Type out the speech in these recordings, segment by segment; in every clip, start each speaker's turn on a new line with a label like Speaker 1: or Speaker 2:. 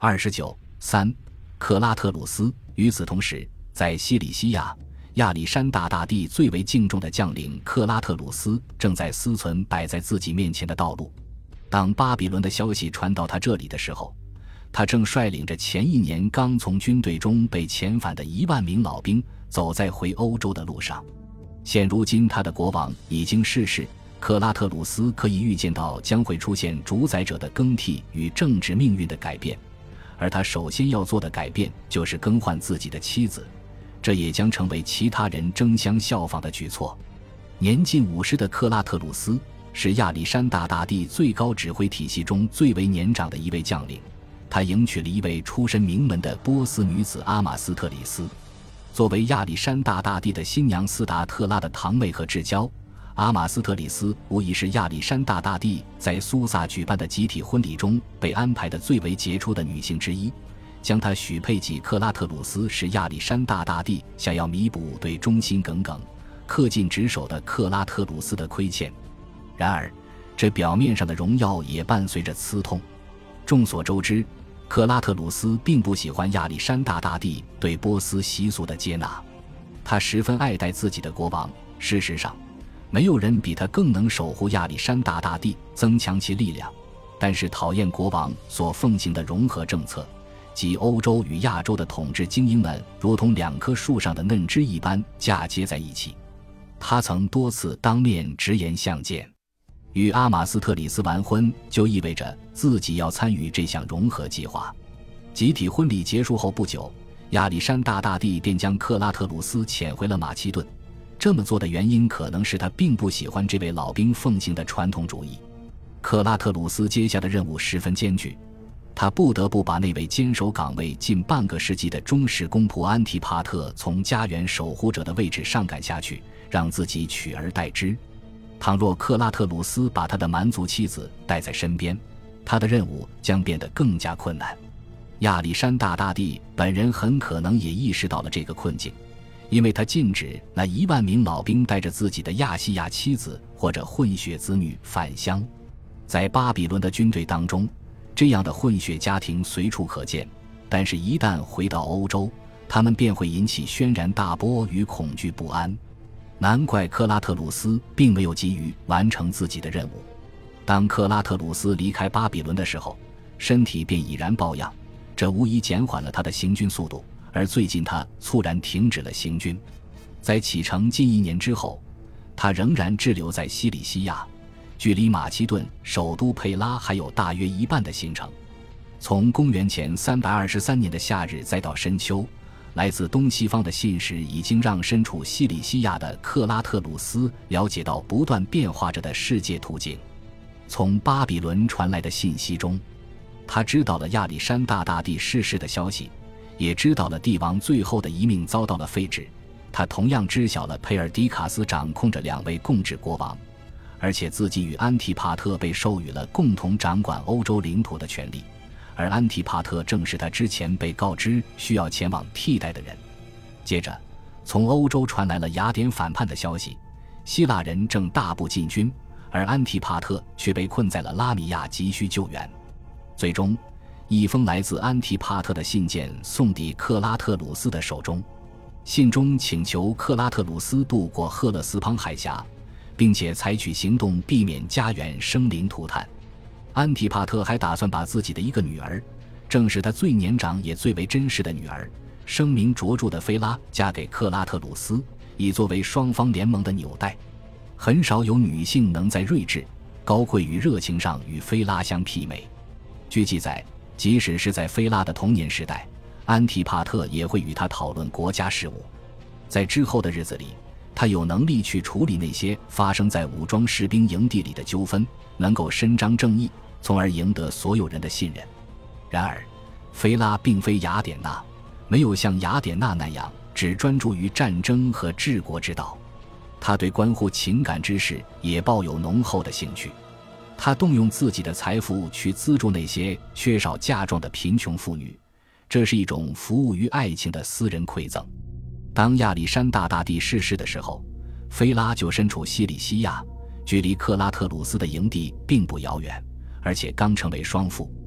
Speaker 1: 29.3克拉特鲁斯。与此同时，在西里西亚，亚历山大大帝最为敬重的将领克拉特鲁斯正在思忖摆在自己面前的道路。当巴比伦的消息传到他这里的时候，他正率领着前一年刚从军队中被遣返的1万名老兵走在回欧洲的路上。现如今他的国王已经逝世，克拉特鲁斯可以预见到将会出现主宰者的更替与政治命运的改变，而他首先要做的改变就是更换自己的妻子，这也将成为其他人争相效仿的举措。年近50的克拉特鲁斯是亚历山大大帝最高指挥体系中最为年长的一位将领，他迎娶了一位出身名门的波斯女子阿玛斯特里斯。作为亚历山大大帝的新娘斯达特拉的堂妹和至交，阿玛斯特里斯无疑是亚历山大大帝在苏萨举办的集体婚礼中被安排的最为杰出的女性之一。将她许配给克拉特鲁斯是亚历山大大帝想要弥补对忠心耿耿、恪尽职守的克拉特鲁斯的亏欠。然而，这表面上的荣耀也伴随着刺痛。众所周知，克拉特鲁斯并不喜欢亚历山大大帝对波斯习俗的接纳，他十分爱戴自己的国王。事实上，没有人比他更能守护亚历山大大帝，增强其力量。但是讨厌国王所奉行的融合政策，即欧洲与亚洲的统治精英们如同2棵树上的嫩枝一般嫁接在一起。他曾多次当面直言相见，与阿马斯特里斯完婚就意味着自己要参与这项融合计划。集体婚礼结束后不久，亚历山大大帝便将克拉特鲁斯遣回了马其顿。这么做的原因可能是他并不喜欢这位老兵奉行的传统主义。克拉特鲁斯接下的任务十分艰巨，他不得不把那位坚守岗位近半个世纪的忠实公仆安提帕特从家园守护者的位置上赶下去，让自己取而代之。倘若克拉特鲁斯把他的蛮族妻子带在身边，他的任务将变得更加困难。亚历山大大帝本人很可能也意识到了这个困境，因为他禁止那1万名老兵带着自己的亚细亚妻子或者混血子女返乡。在巴比伦的军队当中，这样的混血家庭随处可见，但是一旦回到欧洲，他们便会引起轩然大波与恐惧不安。难怪克拉特鲁斯并没有急于完成自己的任务。当克拉特鲁斯离开巴比伦的时候，身体便已然抱恙，这无疑减缓了他的行军速度，而最近他猝然停止了行军。在启程近1年之后，他仍然滞留在西里西亚，距离马其顿首都佩拉还有大约一半的行程。从公元前323年的夏日再到深秋，来自东西方的信使已经让身处西里西亚的克拉特鲁斯了解到不断变化着的世界途径。从巴比伦传来的信息中，他知道了亚历山大大帝逝世的消息，也知道了帝王最后的一命遭到了废止。他同样知晓了佩尔迪卡斯掌控着2位共治国王，而且自己与安提帕特被授予了共同掌管欧洲领土的权利，而安提帕特正是他之前被告知需要前往替代的人。接着，从欧洲传来了雅典反叛的消息，希腊人正大步进军，而安提帕特却被困在了拉米亚，急需救援。最终，一封来自安提帕特的信件送抵克拉特鲁斯的手中，信中请求克拉特鲁斯渡过赫勒斯滂海峡，并且采取行动避免家园生灵涂炭。安提帕特还打算把自己的一个女儿，正是他最年长也最为珍视的女儿，声名卓著的菲拉，嫁给克拉特鲁斯，以作为双方联盟的纽带。很少有女性能在睿智、高贵与热情上与菲拉相媲美。据记载，即使是在菲拉的童年时代，安提帕特也会与他讨论国家事务。在之后的日子里，他有能力去处理那些发生在武装士兵营地里的纠纷，能够伸张正义，从而赢得所有人的信任。然而，菲拉并非雅典娜，没有像雅典娜那样只专注于战争和治国之道，他对关乎情感之事也抱有浓厚的兴趣。他动用自己的财富去资助那些缺少嫁妆的贫穷妇女，这是一种服务于爱情的私人馈赠。当亚历山大大帝逝世的时候，菲拉就身处西里西亚，距离克拉特鲁斯的营地并不遥远，而且刚成为双父。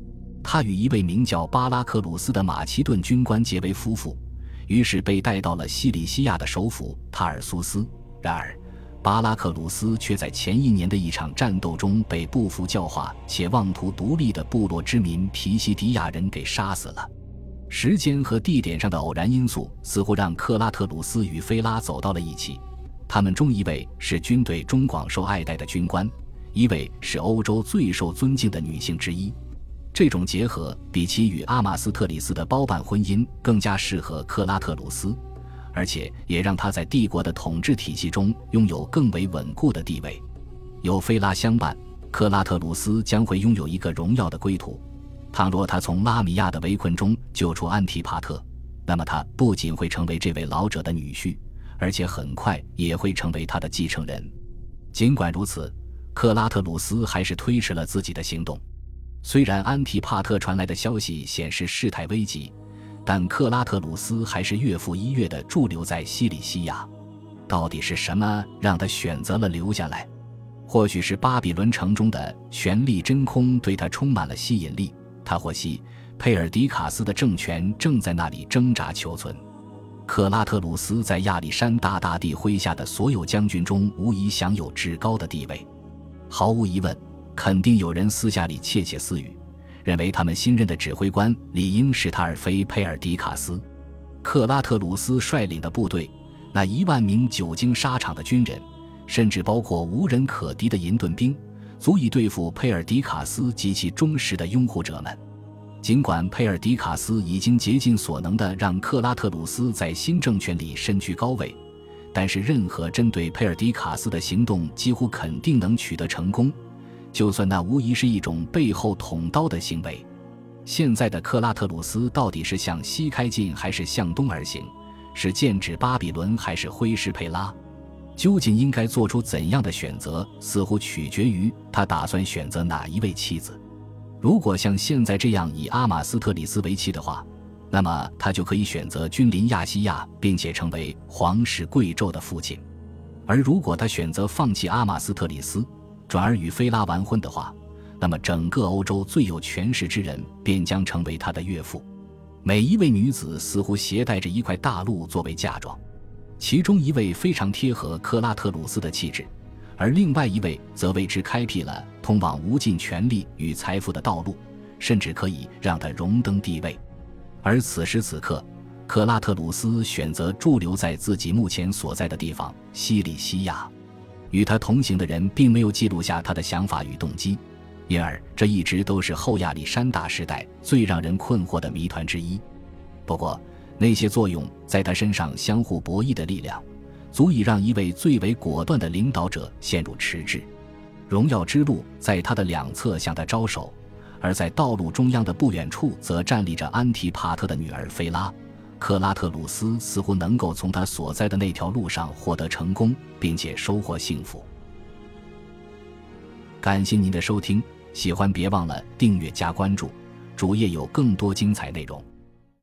Speaker 1: 他与一位名叫巴拉克鲁斯的马其顿军官结为夫妇，于是被带到了西里西亚的首府塔尔苏斯。然而巴拉克鲁斯却在前一年的一场战斗中被不服教化且妄图独立的部落之民皮西迪亚人给杀死了。时间和地点上的偶然因素似乎让克拉特鲁斯与菲拉走到了一起，他们中一位是军队中广受爱戴的军官，一位是欧洲最受尊敬的女性之一。这种结合比其与阿马斯特里斯的包办婚姻更加适合克拉特鲁斯，而且也让他在帝国的统治体系中拥有更为稳固的地位。有菲拉相伴，克拉特鲁斯将会拥有一个荣耀的归途。倘若他从拉米亚的围困中救出安提帕特，那么他不仅会成为这位老者的女婿，而且很快也会成为他的继承人。尽管如此，克拉特鲁斯还是推迟了自己的行动。虽然安提帕特传来的消息显示事态危急，但克拉特鲁斯还是月复一月地驻留在西里西亚。到底是什么让他选择了留下来？或许是巴比伦城中的权力真空对他充满了吸引力，他获悉佩尔迪卡斯的政权正在那里挣扎求存。克拉特鲁斯在亚历山大大帝麾下的所有将军中无疑享有至高的地位。毫无疑问，肯定有人私下里窃窃私语，认为他们新任的指挥官理应是他而非佩尔迪卡斯。克拉特鲁斯率领的部队，那1万名久经沙场的军人，甚至包括无人可敌的银盾兵，足以对付佩尔迪卡斯及其忠实的拥护者们。尽管佩尔迪卡斯已经竭尽所能地让克拉特鲁斯在新政权里身居高位，但是任何针对佩尔迪卡斯的行动几乎肯定能取得成功，就算那无疑是一种背后捅刀的行为。现在的克拉特鲁斯到底是向西开进还是向东而行，是剑指巴比伦还是挥师佩拉，究竟应该做出怎样的选择，似乎取决于他打算选择哪一位妻子。如果像现在这样以阿马斯特里斯为妻的话，那么他就可以选择君临亚细亚，并且成为皇室贵胄的父亲。而如果他选择放弃阿马斯特里斯，转而与菲拉完婚的话，那么整个欧洲最有权势之人便将成为他的岳父。每一位女子似乎携带着一块大陆作为嫁妆，其中一位非常贴合克拉特鲁斯的气质，而另外一位则为之开辟了通往无尽权力与财富的道路，甚至可以让他荣登帝位。而此时此刻，克拉特鲁斯选择驻留在自己目前所在的地方西里西亚。与他同行的人并没有记录下他的想法与动机，因而这一直都是后亚历山大时代最让人困惑的谜团之一。不过那些作用在他身上相互博弈的力量，足以让一位最为果断的领导者陷入迟滞。荣耀之路在他的两侧向他招手，而在道路中央的不远处则站立着安提帕特的女儿菲拉。克拉特鲁斯似乎能够从他所在的那条路上获得成功，并且收获幸福。感谢您的收听，喜欢别忘了订阅加关注，主页有更多精彩内容。